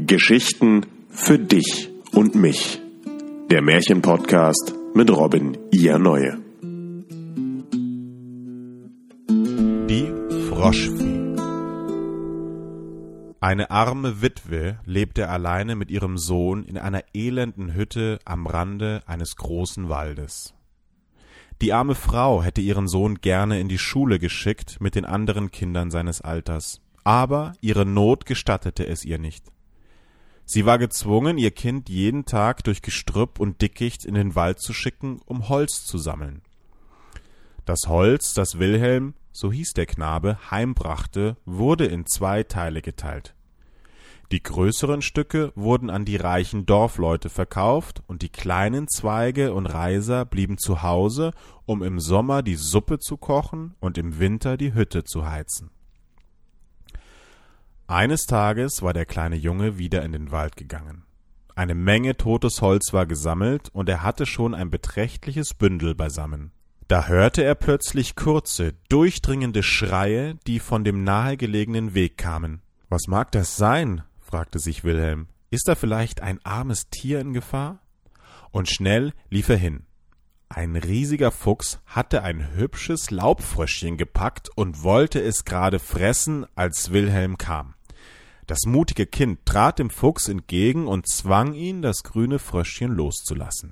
Geschichten für dich und mich. Der Märchenpodcast mit Robin Ia-Neue. Die Froschfee. Eine arme Witwe lebte alleine mit ihrem Sohn in einer elenden Hütte am Rande eines großen Waldes. Die arme Frau hätte ihren Sohn gerne in die Schule geschickt mit den anderen Kindern seines Alters, aber ihre Not gestattete es ihr nicht. Sie war gezwungen, ihr Kind jeden Tag durch Gestrüpp und Dickicht in den Wald zu schicken, um Holz zu sammeln. Das Holz, das Wilhelm, so hieß der Knabe, heimbrachte, wurde in 2 Teile geteilt. Die größeren Stücke wurden an die reichen Dorfleute verkauft und die kleinen Zweige und Reiser blieben zu Hause, um im Sommer die Suppe zu kochen und im Winter die Hütte zu heizen. Eines Tages war der kleine Junge wieder in den Wald gegangen. Eine Menge totes Holz war gesammelt und er hatte schon ein beträchtliches Bündel beisammen. Da hörte er plötzlich kurze, durchdringende Schreie, die von dem nahegelegenen Weg kamen. »Was mag das sein?« fragte sich Wilhelm. »Ist da vielleicht ein armes Tier in Gefahr?« Und schnell lief er hin. Ein riesiger Fuchs hatte ein hübsches Laubfröschchen gepackt und wollte es gerade fressen, als Wilhelm kam. Das mutige Kind trat dem Fuchs entgegen und zwang ihn, das grüne Fröschchen loszulassen.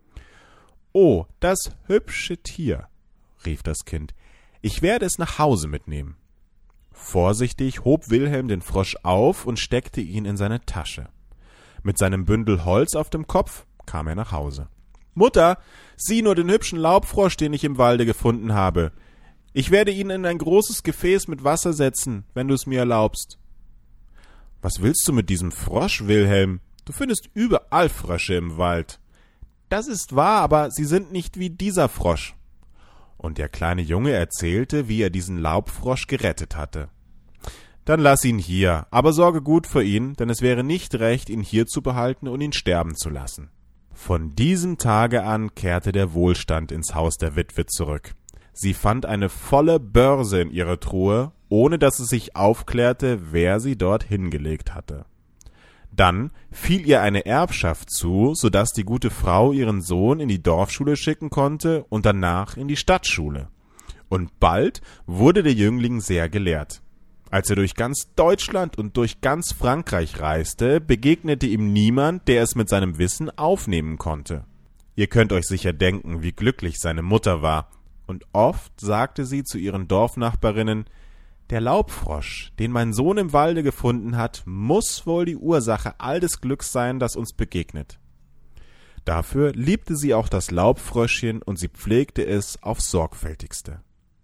»Oh, das hübsche Tier«, rief das Kind, »ich werde es nach Hause mitnehmen.« Vorsichtig hob Wilhelm den Frosch auf und steckte ihn in seine Tasche. Mit seinem Bündel Holz auf dem Kopf kam er nach Hause. »Mutter, sieh nur den hübschen Laubfrosch, den ich im Walde gefunden habe. Ich werde ihn in ein großes Gefäß mit Wasser setzen, wenn du es mir erlaubst.« »Was willst du mit diesem Frosch, Wilhelm? Du findest überall Frösche im Wald.« »Das ist wahr, aber sie sind nicht wie dieser Frosch.« Und der kleine Junge erzählte, wie er diesen Laubfrosch gerettet hatte. »Dann lass ihn hier, aber sorge gut für ihn, denn es wäre nicht recht, ihn hier zu behalten und ihn sterben zu lassen.« Von diesem Tage an kehrte der Wohlstand ins Haus der Witwe zurück. Sie fand eine volle Börse in ihrer Truhe, ohne dass es sich aufklärte, wer sie dort hingelegt hatte. Dann fiel ihr eine Erbschaft zu, so dass die gute Frau ihren Sohn in die Dorfschule schicken konnte und danach in die Stadtschule. Und bald wurde der Jüngling sehr gelehrt. Als er durch ganz Deutschland und durch ganz Frankreich reiste, begegnete ihm niemand, der es mit seinem Wissen aufnehmen konnte. Ihr könnt euch sicher denken, wie glücklich seine Mutter war, und oft sagte sie zu ihren Dorfnachbarinnen: »Der Laubfrosch, den mein Sohn im Walde gefunden hat, muss wohl die Ursache all des Glücks sein, das uns begegnet.« Dafür liebte sie auch das Laubfröschchen und sie pflegte es aufs Sorgfältigste.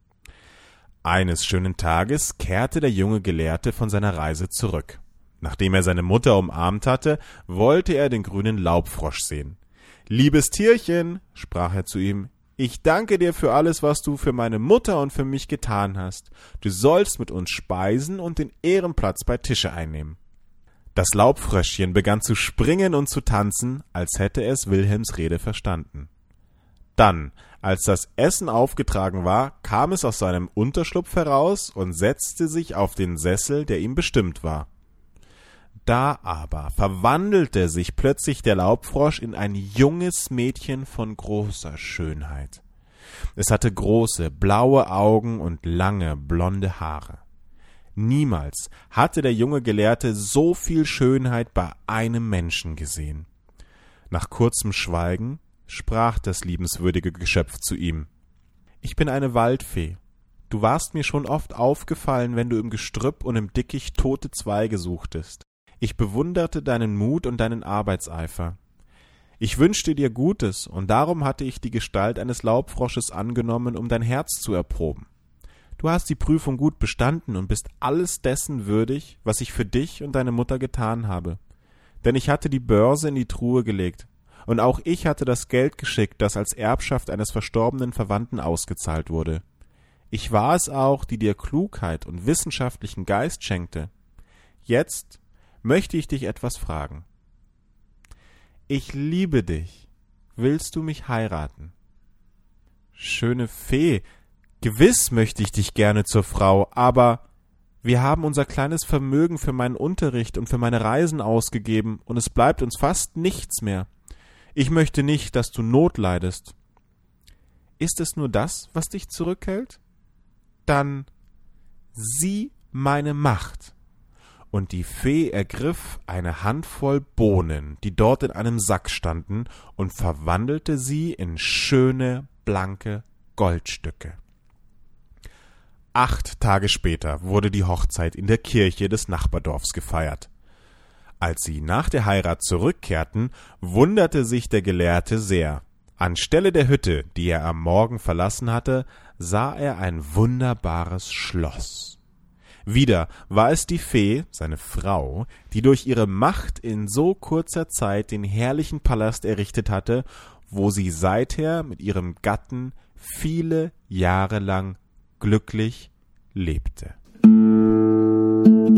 Eines schönen Tages kehrte der junge Gelehrte von seiner Reise zurück. Nachdem er seine Mutter umarmt hatte, wollte er den grünen Laubfrosch sehen. »Liebes Tierchen«, sprach er zu ihm, »ich danke dir für alles, was du für meine Mutter und für mich getan hast. Du sollst mit uns speisen und den Ehrenplatz bei Tische einnehmen.« Das Laubfröschchen begann zu springen und zu tanzen, als hätte es Wilhelms Rede verstanden. Dann, als das Essen aufgetragen war, kam es aus seinem Unterschlupf heraus und setzte sich auf den Sessel, der ihm bestimmt war. Da aber verwandelte sich plötzlich der Laubfrosch in ein junges Mädchen von großer Schönheit. Es hatte große, blaue Augen und lange, blonde Haare. Niemals hatte der junge Gelehrte so viel Schönheit bei einem Menschen gesehen. Nach kurzem Schweigen sprach das liebenswürdige Geschöpf zu ihm: »Ich bin eine Waldfee. Du warst mir schon oft aufgefallen, wenn du im Gestrüpp und im Dickicht tote Zweige suchtest. Ich bewunderte deinen Mut und deinen Arbeitseifer. Ich wünschte dir Gutes, und darum hatte ich die Gestalt eines Laubfrosches angenommen, um dein Herz zu erproben. Du hast die Prüfung gut bestanden und bist alles dessen würdig, was ich für dich und deine Mutter getan habe. Denn ich hatte die Börse in die Truhe gelegt, und auch ich hatte das Geld geschickt, das als Erbschaft eines verstorbenen Verwandten ausgezahlt wurde. Ich war es auch, die dir Klugheit und wissenschaftlichen Geist schenkte. Jetzt möchte ich dich etwas fragen. Ich liebe dich. Willst du mich heiraten?« »Schöne Fee, gewiss möchte ich dich gerne zur Frau, aber Wir haben unser kleines Vermögen für meinen Unterricht und für meine Reisen ausgegeben, und es bleibt uns fast nichts mehr. Ich möchte nicht, dass du Not leidest. Ist es nur das, was dich zurückhält? Dann sieh meine Macht. Und die Fee ergriff eine Handvoll Bohnen, die dort in einem Sack standen, und verwandelte sie in schöne, blanke Goldstücke. 8 Tage später wurde die Hochzeit in der Kirche des Nachbardorfs gefeiert. Als sie nach der Heirat zurückkehrten, wunderte sich der Gelehrte sehr. Anstelle der Hütte, die er am Morgen verlassen hatte, sah er ein wunderbares Schloss. Wieder war es die Fee, seine Frau, die durch ihre Macht in so kurzer Zeit den herrlichen Palast errichtet hatte, wo sie seither mit ihrem Gatten viele Jahre lang glücklich lebte.